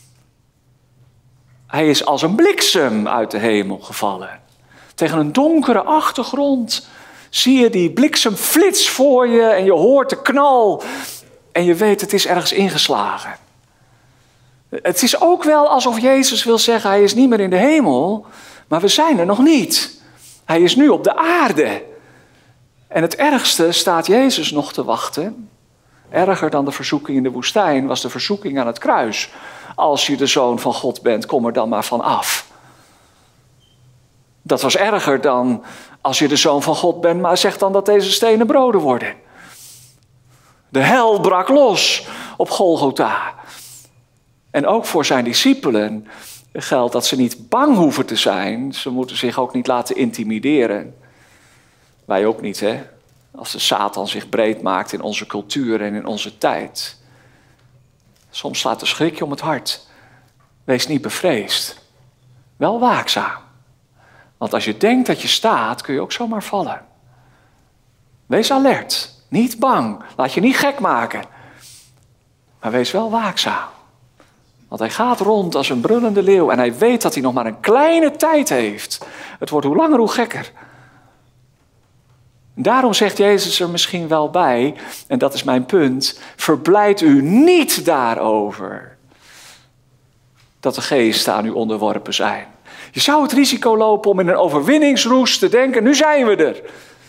Hij is als een bliksem uit de hemel gevallen. Tegen een donkere achtergrond zie je die bliksemflits voor je en je hoort de knal. En je weet, het is ergens ingeslagen. Het is ook wel alsof Jezus wil zeggen, hij is niet meer in de hemel, maar we zijn er nog niet. Hij is nu op de aarde. En het ergste staat Jezus nog te wachten. Erger dan de verzoeking in de woestijn was de verzoeking aan het kruis. Als je de Zoon van God bent, kom er dan maar van af. Dat was erger dan als je de Zoon van God bent, maar zeg dan dat deze stenen broden worden. De hel brak los op Golgotha. En ook voor zijn discipelen geldt dat ze niet bang hoeven te zijn. Ze moeten zich ook niet laten intimideren. Wij ook niet, hè? Als de Satan zich breed maakt in onze cultuur en in onze tijd. Soms slaat een schrikje om het hart. Wees niet bevreesd. Wel waakzaam. Want als je denkt dat je staat, kun je ook zomaar vallen. Wees alert. Niet bang. Laat je niet gek maken. Maar wees wel waakzaam. Want hij gaat rond als een brullende leeuw. En hij weet dat hij nog maar een kleine tijd heeft. Het wordt hoe langer hoe gekker. Daarom zegt Jezus er misschien wel bij, en dat is mijn punt, verblijd u niet daarover dat de geesten aan u onderworpen zijn. Je zou het risico lopen om in een overwinningsroes te denken, nu zijn we er.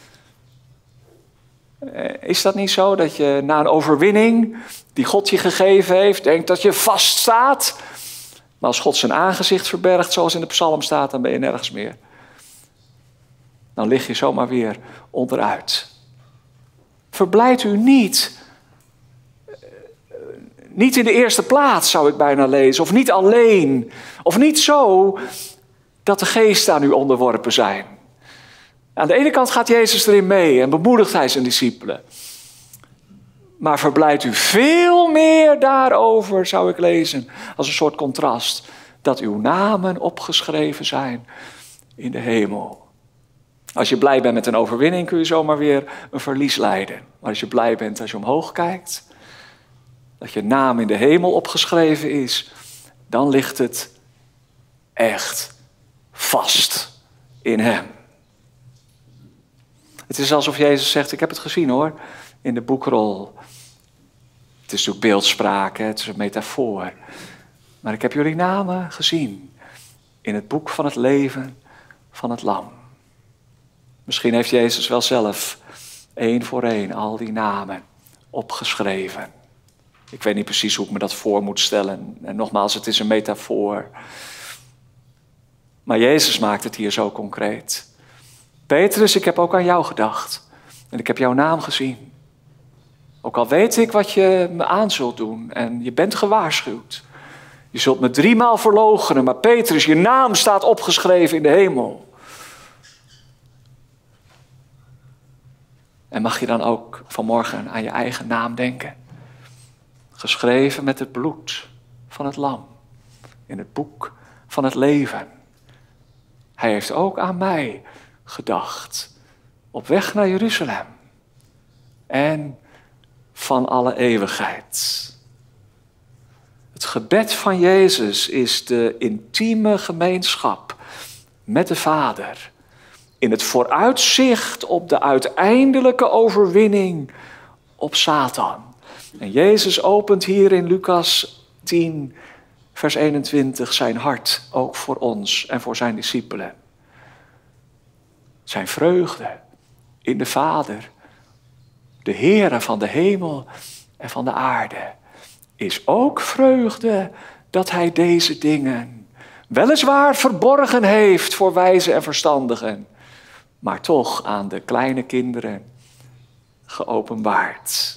Is dat niet zo dat je na een overwinning die God je gegeven heeft, denkt dat je vaststaat? Maar als God zijn aangezicht verbergt, zoals in de psalm staat, dan ben je nergens meer. Dan lig je zomaar weer onderuit. Verblijd u niet. Niet in de eerste plaats, zou ik bijna lezen. Of niet alleen. Of niet zo dat de geesten aan u onderworpen zijn. Aan de ene kant gaat Jezus erin mee en bemoedigt hij zijn discipelen. Maar verblijd u veel meer daarover, zou ik lezen, als een soort contrast, dat uw namen opgeschreven zijn in de hemel. Als je blij bent met een overwinning, kun je zomaar weer een verlies lijden. Maar als je blij bent als je omhoog kijkt, dat je naam in de hemel opgeschreven is, dan ligt het echt vast in hem. Het is alsof Jezus zegt, ik heb het gezien hoor, in de boekrol. Het is natuurlijk beeldspraak, hè? Het is een metafoor. Maar ik heb jullie namen gezien in het boek van het leven van het lam. Misschien heeft Jezus wel zelf één voor één al die namen opgeschreven. Ik weet niet precies hoe ik me dat voor moet stellen. En nogmaals, het is een metafoor. Maar Jezus maakt het hier zo concreet. Petrus, ik heb ook aan jou gedacht. En ik heb jouw naam gezien. Ook al weet ik wat je me aan zult doen. En je bent gewaarschuwd. Je zult me driemaal verloochenen. Maar Petrus, je naam staat opgeschreven in de hemel. En mag je dan ook vanmorgen aan je eigen naam denken. Geschreven met het bloed van het lam. In het boek van het leven. Hij heeft ook aan mij gedacht. Op weg naar Jeruzalem. En van alle eeuwigheid. Het gebed van Jezus is de intieme gemeenschap met de Vader. In het vooruitzicht op de uiteindelijke overwinning op Satan. En Jezus opent hier in Lucas tien vers eenentwintig, zijn hart ook voor ons en voor zijn discipelen. Zijn vreugde in de Vader, de Heere van de hemel en van de aarde, is ook vreugde dat hij deze dingen weliswaar verborgen heeft voor wijzen en verstandigen, maar toch aan de kleine kinderen geopenbaard.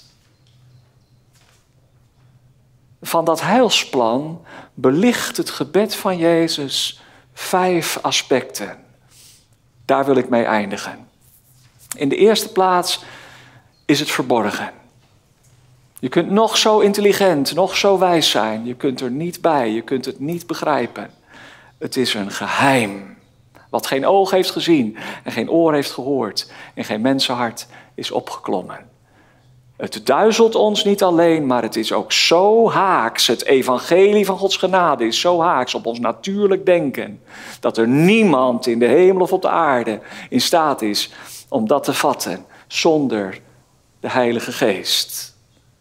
Van dat heilsplan belicht het gebed van Jezus vijf aspecten. Daar wil ik mee eindigen. In de eerste plaats is het verborgen. Je kunt nog zo intelligent, nog zo wijs zijn. Je kunt er niet bij, je kunt het niet begrijpen. Het is een geheim. Wat geen oog heeft gezien en geen oor heeft gehoord en geen mensenhart is opgeklommen. Het duizelt ons niet alleen, maar het is ook zo haaks. Het evangelie van Gods genade is zo haaks op ons natuurlijk denken, dat er niemand in de hemel of op de aarde in staat is om dat te vatten zonder de Heilige Geest.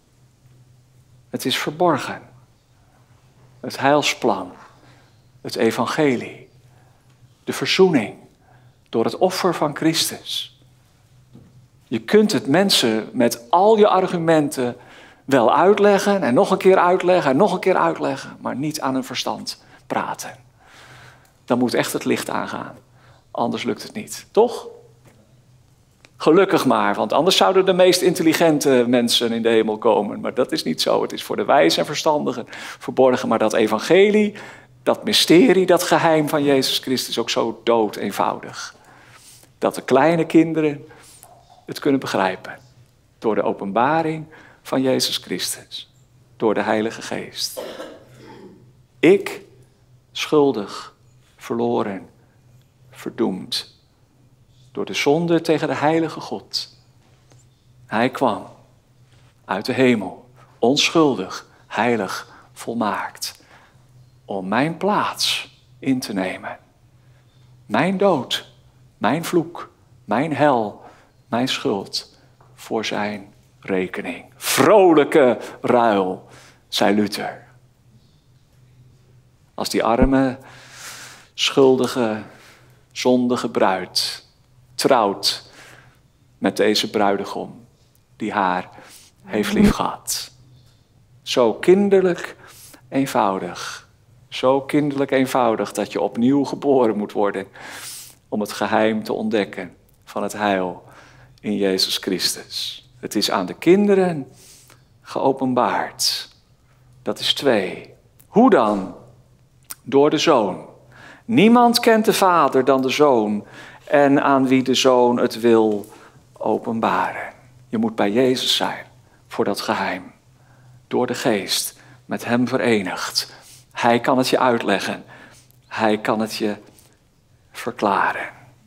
Het is verborgen. Het heilsplan, het evangelie, de verzoening door het offer van Christus. Je kunt het mensen met al je argumenten wel uitleggen en nog een keer uitleggen en nog een keer uitleggen, maar niet aan hun verstand praten. Dan moet echt het licht aangaan, anders lukt het niet, toch? Gelukkig maar, want anders zouden de meest intelligente mensen in de hemel komen. Maar dat is niet zo, het is voor de wijze en verstandigen verborgen. Maar dat evangelie, dat mysterie, dat geheim van Jezus Christus is ook zo dood eenvoudig. Dat de kleine kinderen het kunnen begrijpen. Door de openbaring van Jezus Christus. Door de Heilige Geest. Ik, schuldig, verloren, verdoemd. Door de zonde tegen de heilige God. Hij kwam uit de hemel, onschuldig, heilig, volmaakt. Om mijn plaats in te nemen. Mijn dood, mijn vloek, mijn hel, mijn schuld voor zijn rekening. Vrolijke ruil, zei Luther. Als die arme, schuldige, zondige bruid trouwt met deze bruidegom die haar heeft liefgehad. Zo kinderlijk eenvoudig. Zo kinderlijk eenvoudig dat je opnieuw geboren moet worden om het geheim te ontdekken van het heil in Jezus Christus. Het is aan de kinderen geopenbaard. Dat is twee. Hoe dan? Door de Zoon. Niemand kent de Vader dan de Zoon en aan wie de Zoon het wil openbaren. Je moet bij Jezus zijn voor dat geheim. Door de Geest, met hem verenigd. Hij kan het je uitleggen. Hij kan het je verklaren.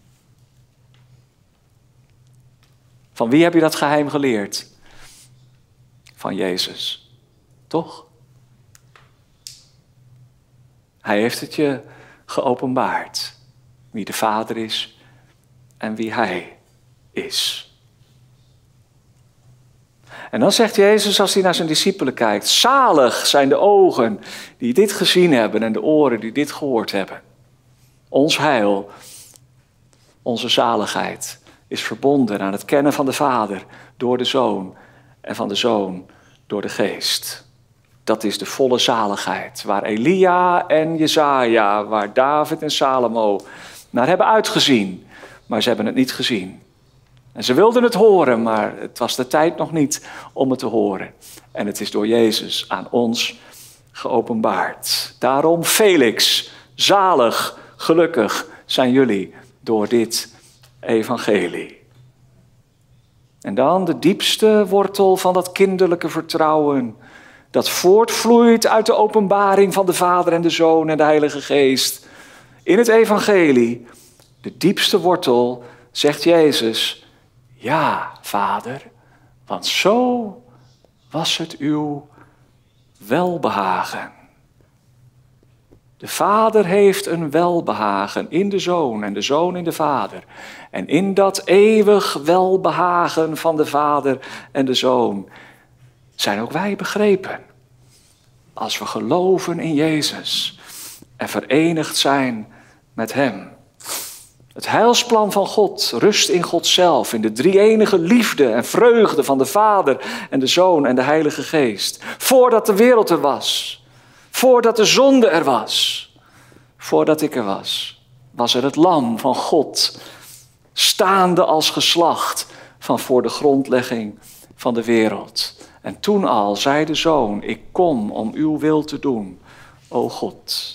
Van wie heb je dat geheim geleerd? Van Jezus. Toch? Hij heeft het je geopenbaard. Wie de Vader is en wie Hij is. En dan zegt Jezus als hij naar zijn discipelen kijkt. Zalig zijn de ogen die dit gezien hebben en de oren die dit gehoord hebben. Ons heil, onze zaligheid is verbonden aan het kennen van de Vader door de Zoon en van de Zoon door de Geest. Dat is de volle zaligheid waar Elia en Jesaja, waar David en Salomo naar hebben uitgezien. Maar ze hebben het niet gezien. En ze wilden het horen, maar het was de tijd nog niet om het te horen. En het is door Jezus aan ons geopenbaard. Daarom Felix, zalig, gelukkig zijn jullie door dit evangelie. En dan de diepste wortel van dat kinderlijke vertrouwen, dat voortvloeit uit de openbaring van de Vader en de Zoon en de Heilige Geest. In het evangelie, de diepste wortel, zegt Jezus, ja, Vader, want zo was het uw welbehagen. De Vader heeft een welbehagen in de Zoon en de Zoon in de Vader. En in dat eeuwig welbehagen van de Vader en de Zoon zijn ook wij begrepen. als we geloven in Jezus en verenigd zijn met Hem. Het heilsplan van God rust in God zelf, in de drie-enige liefde en vreugde van de Vader en de Zoon en de Heilige Geest. Voordat de wereld er was, voordat de zonde er was, voordat ik er was, was er het lam van God, staande als geslacht van voor de grondlegging van de wereld. En toen al zei de Zoon, ik kom om uw wil te doen, o God.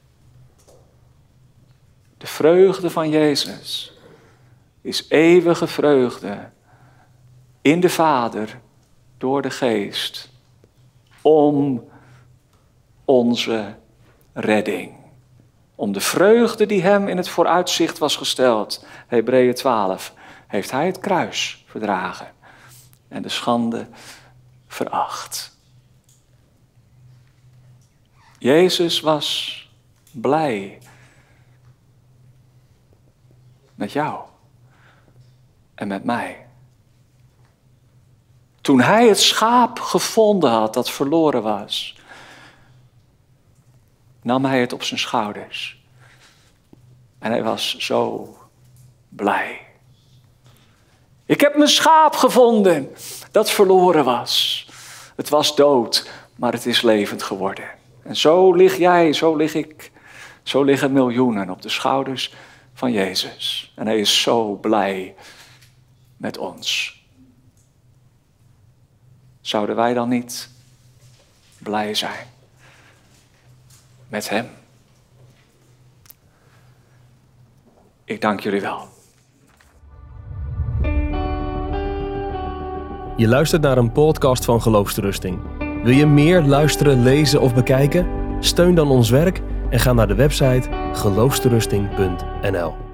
De vreugde van Jezus is eeuwige vreugde in de Vader door de Geest om onze redding. Om de vreugde die hem in het vooruitzicht was gesteld, Hebreeën twaalf, heeft hij het kruis verdragen en de schande veracht. Jezus was blij met jou en met mij. Toen hij het schaap gevonden had dat verloren was, nam hij het op zijn schouders. En hij was zo blij. Ik heb mijn schaap gevonden dat verloren was. Het was dood, maar het is levend geworden. En zo lig jij, zo lig ik, zo liggen miljoenen op de schouders van Jezus. En hij is zo blij met ons. Zouden wij dan niet blij zijn met hem? Ik dank jullie wel. Je luistert naar een podcast van Geloofsterusting. Wil je meer luisteren, lezen of bekijken? Steun dan ons werk en ga naar de website geloofsterusting punt n l.